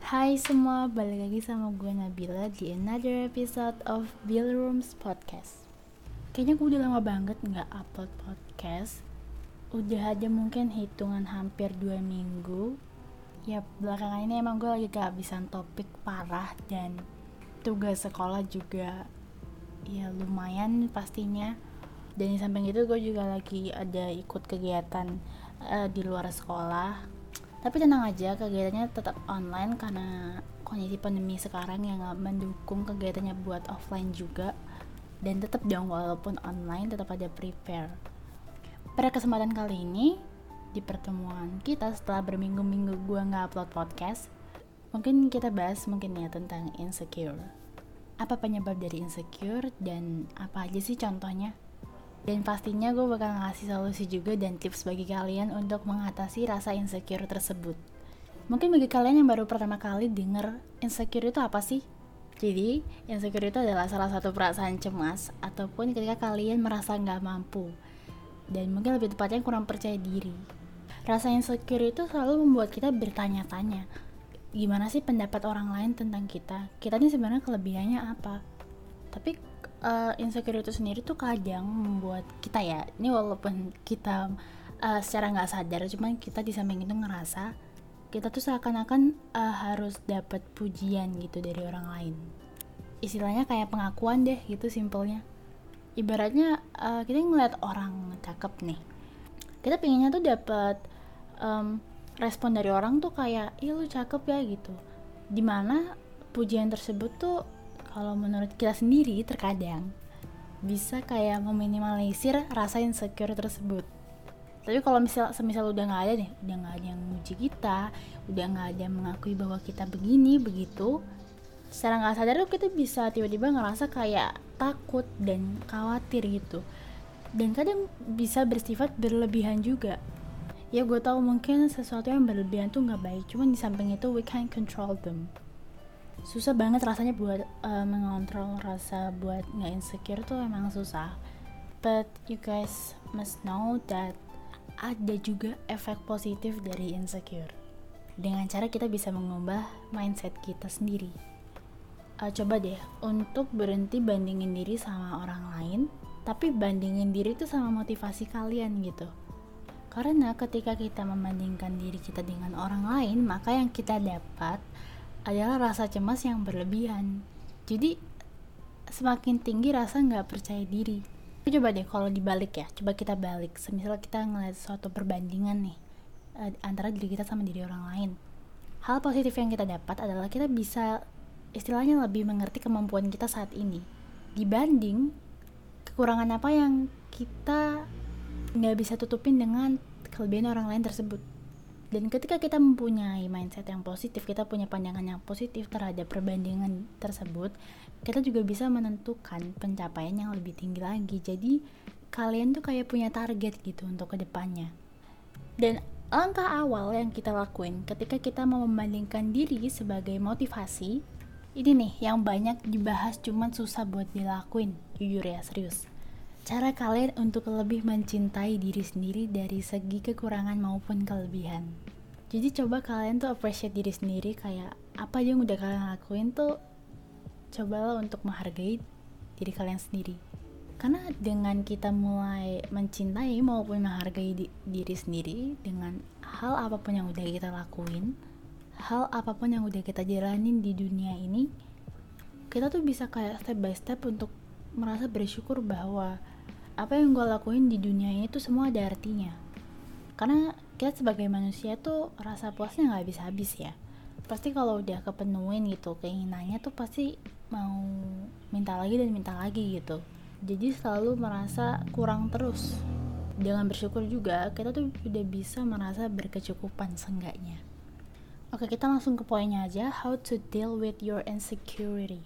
Hai semua, balik lagi sama gue Nabila di another episode of Bill Rooms Podcast. Kayaknya gue udah lama banget gak upload podcast. Udah ada mungkin hitungan hampir 2 minggu. Ya belakangan ini emang gue lagi kehabisan topik parah dan tugas sekolah juga ya lumayan pastinya. Dan di samping itu gue juga lagi ada ikut kegiatan di luar sekolah. Tapi tenang aja, kegiatannya tetap online karena kondisi pandemi sekarang yang gak mendukung kegiatannya buat offline juga. Dan tetap dong, walaupun online tetap ada prepare. Pada kesempatan kali ini, di pertemuan kita setelah berminggu-minggu gue gak upload podcast, mungkin kita bahas ya tentang insecure. Apa penyebab dari insecure dan apa aja sih contohnya? Dan pastinya gue bakal ngasih solusi juga dan tips bagi kalian untuk mengatasi rasa insecure tersebut. Mungkin bagi kalian yang baru pertama kali denger insecure itu apa sih? Jadi, insecure itu adalah salah satu perasaan cemas ataupun ketika kalian merasa gak mampu dan mungkin lebih tepatnya kurang percaya diri. Rasa insecure itu selalu membuat kita bertanya-tanya, gimana sih pendapat orang lain tentang kita? Kita ini sebenarnya kelebihannya apa? Tapi insecure itu sendiri tuh kadang membuat kita ya, ini walaupun kita secara nggak sadar, cuman kita di samping itu ngerasa kita tuh seakan-akan harus dapat pujian gitu dari orang lain. Istilahnya kayak pengakuan deh gitu simpelnya. Ibaratnya kita ngeliat orang cakep nih, kita pengennya tuh dapat respon dari orang tuh kayak, ih lu cakep ya gitu. Dimana pujian tersebut tuh kalau menurut kita sendiri terkadang bisa kayak meminimalisir rasa insecure tersebut. Tapi kalau semisal udah nggak ada nih, udah nggak ada yang muji kita, udah nggak ada yang mengakui bahwa kita begini begitu, secara nggak sadar tuh kita bisa tiba-tiba ngerasa kayak takut dan khawatir gitu. Dan kadang bisa bersifat berlebihan juga. Ya gue tahu mungkin sesuatu yang berlebihan tuh nggak baik, cuman di samping itu we can't control them. Susah banget rasanya buat mengontrol rasa buat nggak insecure tuh emang susah. But you guys must know that ada juga efek positif dari insecure. Dengan cara kita bisa mengubah mindset kita sendiri. Coba deh untuk berhenti bandingin diri sama orang lain, tapi bandingin diri tuh sama motivasi kalian gitu. Karena ketika kita membandingkan diri kita dengan orang lain, maka yang kita dapat adalah rasa cemas yang berlebihan. Jadi semakin tinggi rasa gak percaya diri. Coba deh kalau dibalik ya, coba kita balik. Semisal kita ngeliat suatu perbandingan nih antara diri kita sama diri orang lain. Hal positif yang kita dapat adalah kita bisa istilahnya lebih mengerti kemampuan kita saat ini dibanding kekurangan apa yang kita gak bisa tutupin dengan kelebihan orang lain tersebut. Dan ketika kita mempunyai mindset yang positif, kita punya pandangan yang positif terhadap perbandingan tersebut, kita juga bisa menentukan pencapaian yang lebih tinggi lagi. Jadi kalian tuh kayak punya target gitu untuk kedepannya. Dan langkah awal yang kita lakuin ketika kita mau membandingkan diri sebagai motivasi, ini nih yang banyak dibahas cuman susah buat dilakuin, jujur ya, serius. Cara kalian untuk lebih mencintai diri sendiri dari segi kekurangan maupun kelebihan. Jadi coba kalian tuh appreciate diri sendiri, kayak apa aja yang udah kalian lakuin tuh cobalah untuk menghargai diri kalian sendiri. Karena dengan kita mulai mencintai maupun menghargai diri sendiri dengan hal apapun yang udah kita lakuin, hal apapun yang udah kita jalanin di dunia ini, kita tuh bisa kayak step by step untuk merasa bersyukur bahwa apa yang gue lakuin di dunia ini tuh semua ada artinya. Karena kita sebagai manusia tuh rasa puasnya gak habis-habis ya. Pasti kalau udah kepenuhin gitu keinginannya tuh pasti mau minta lagi dan minta lagi gitu. Jadi selalu merasa kurang terus. Dengan bersyukur juga kita tuh udah bisa merasa berkecukupan seenggaknya. Oke, kita langsung ke poinnya aja, how to deal with your insecurity.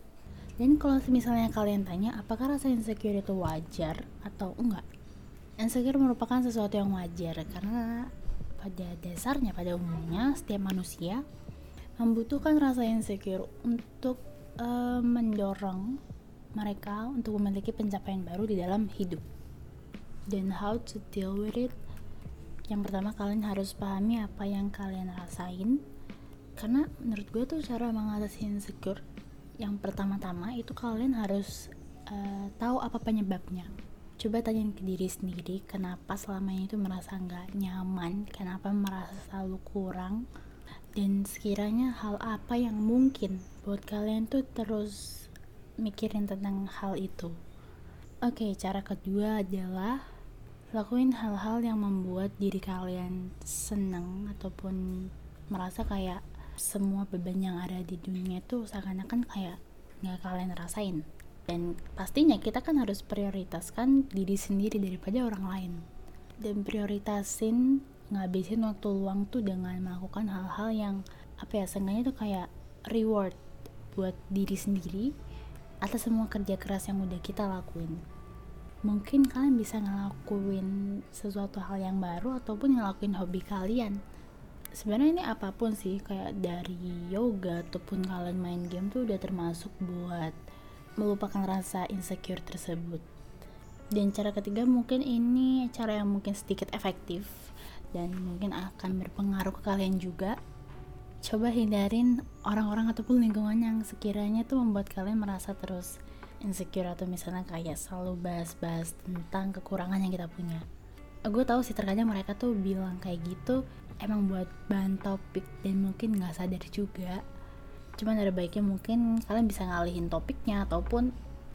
Dan kalau misalnya kalian tanya apakah rasa insecure itu wajar atau enggak, insecure merupakan sesuatu yang wajar karena pada dasarnya, pada umumnya setiap manusia membutuhkan rasa insecure untuk mendorong mereka untuk memiliki pencapaian baru di dalam hidup. Dan how to deal with it, yang pertama kalian harus pahami apa yang kalian rasain. Karena menurut gue tuh cara mengatasi insecure yang pertama-tama itu kalian harus tahu apa penyebabnya. Coba tanyain ke diri sendiri, kenapa selama ini tuh merasa gak nyaman, kenapa merasa selalu kurang, dan sekiranya hal apa yang mungkin buat kalian tuh terus mikirin tentang hal itu. Oke, cara kedua adalah lakuin hal-hal yang membuat diri kalian senang ataupun merasa kayak semua beban yang ada di dunia itu seakan-akan kayak gak kalian rasain. Dan pastinya kita kan harus prioritaskan diri sendiri daripada orang lain. Dan prioritasin ngabisin waktu luang tuh dengan melakukan hal-hal yang seenggaknya tuh kayak reward buat diri sendiri atas semua kerja keras yang udah kita lakuin. Mungkin kalian bisa ngelakuin sesuatu hal yang baru ataupun ngelakuin hobi kalian. Sebenarnya ini apapun sih, kayak dari yoga ataupun kalian main game tuh udah termasuk buat melupakan rasa insecure tersebut. Dan cara ketiga mungkin ini cara yang mungkin sedikit efektif dan mungkin akan berpengaruh ke kalian juga. Coba hindarin orang-orang ataupun lingkungan yang sekiranya tuh membuat kalian merasa terus insecure, atau misalnya kayak selalu bahas-bahas tentang kekurangan yang kita punya. Gue tahu sih terkadang mereka tuh bilang kayak gitu emang buat bahan topik dan mungkin gak sadar juga. Cuman ada baiknya mungkin kalian bisa ngalihin topiknya ataupun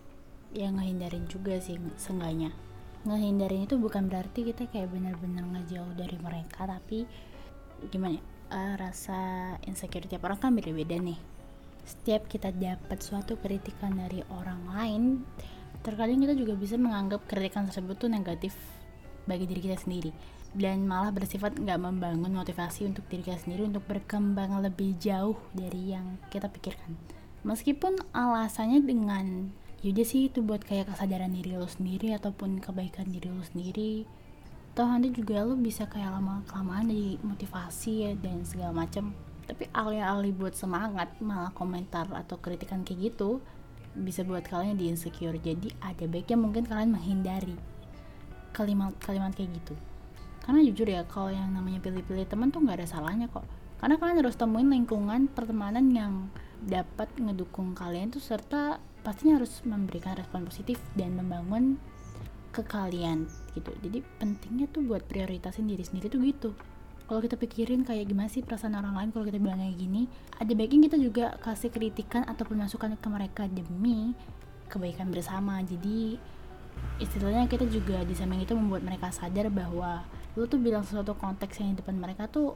ya ngehindarin juga sih seenggaknya. Ngehindarin itu bukan berarti kita kayak benar-benar ngejauh dari mereka, tapi gimana ya, rasa insecure tiap orang kan beda-beda nih. Setiap kita dapat suatu kritikan dari orang lain, terkadang kita juga bisa menganggap kritikan tersebut tuh negatif bagi diri kita sendiri, dan malah bersifat gak membangun motivasi untuk diri kita sendiri untuk berkembang lebih jauh dari yang kita pikirkan. Meskipun alasannya dengan yaudah sih itu buat kayak kesadaran diri lo sendiri ataupun kebaikan diri lo sendiri, toh nanti juga lo bisa kayak lama-kelamaan jadi motivasi ya dan segala macam. Tapi alih-alih buat semangat, malah komentar atau kritikan kayak gitu bisa buat kalian di insecure. Jadi ada baiknya mungkin kalian menghindari kalimat-kalimat kayak gitu. Karena jujur ya, kalau yang namanya pilih-pilih teman tuh gak ada salahnya kok. Karena kalian harus temuin lingkungan pertemanan yang dapat ngedukung kalian tuh, serta pastinya harus memberikan respon positif dan membangun ke kalian gitu. Jadi pentingnya tuh buat prioritasin diri sendiri tuh gitu. Kalau kita pikirin kayak gimana sih perasaan orang lain kalau kita bilang kayak gini, ada baiknya kita juga kasih kritikan ataupun masukan ke mereka demi kebaikan bersama. Jadi istilahnya kita juga di samping itu membuat mereka sadar bahwa lu tuh bilang sesuatu konteks yang di depan mereka tuh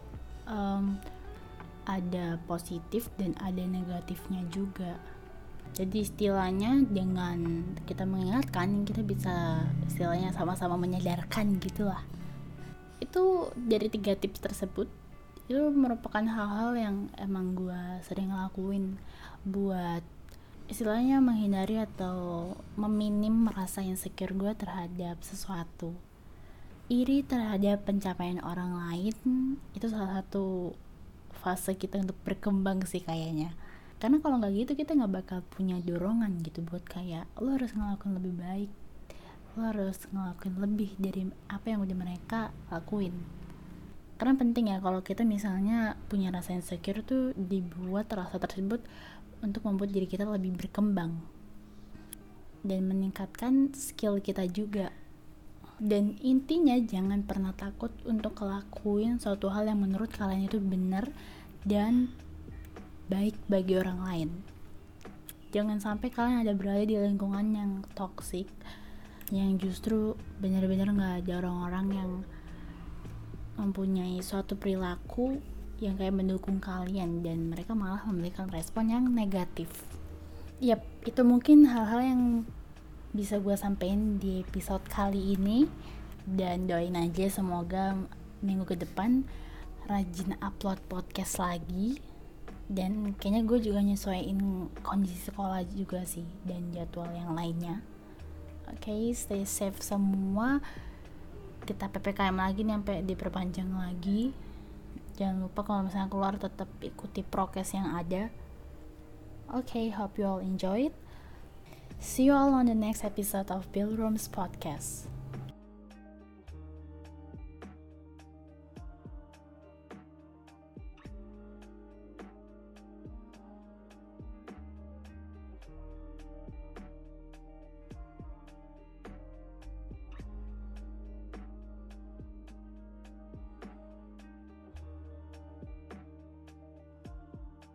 ada positif dan ada negatifnya juga. Jadi istilahnya dengan kita mengingatkan, kita bisa istilahnya sama-sama menyadarkan gitulah. Itu dari 3 tips tersebut itu merupakan hal-hal yang emang gue sering lakuin buat istilahnya menghindari atau meminim rasa insecure gue terhadap sesuatu. Iri terhadap pencapaian orang lain itu salah satu fase kita untuk berkembang sih kayaknya. Karena kalau nggak gitu kita nggak bakal punya dorongan gitu buat kayak lo harus ngelakuin lebih baik, lo harus ngelakuin lebih dari apa yang udah mereka lakuin. Karena penting ya kalau kita misalnya punya rasa insecure tuh dibuat rasa tersebut untuk membuat diri kita lebih berkembang dan meningkatkan skill kita juga. Dan intinya jangan pernah takut untuk ngelakuin suatu hal yang menurut kalian itu benar dan baik bagi orang lain. Jangan sampai kalian ada berada di lingkungan yang toksik, yang justru benar-benar gak ada orang-orang yang mempunyai suatu perilaku yang kayak mendukung kalian dan mereka malah memberikan respon yang negatif. Yap, itu mungkin hal-hal yang bisa gue sampein di episode kali ini, dan doain aja semoga minggu ke depan rajin upload podcast lagi. Dan kayaknya gue juga nyesuaiin kondisi sekolah juga sih dan jadwal yang lainnya. Oke, stay safe semua. Kita PPKM lagi nih sampai diperpanjang lagi. Jangan lupa kalau misalnya keluar tetap ikuti prokes yang ada. Okay, hope you all enjoyed. See you all on the next episode of Bill Rooms Podcast.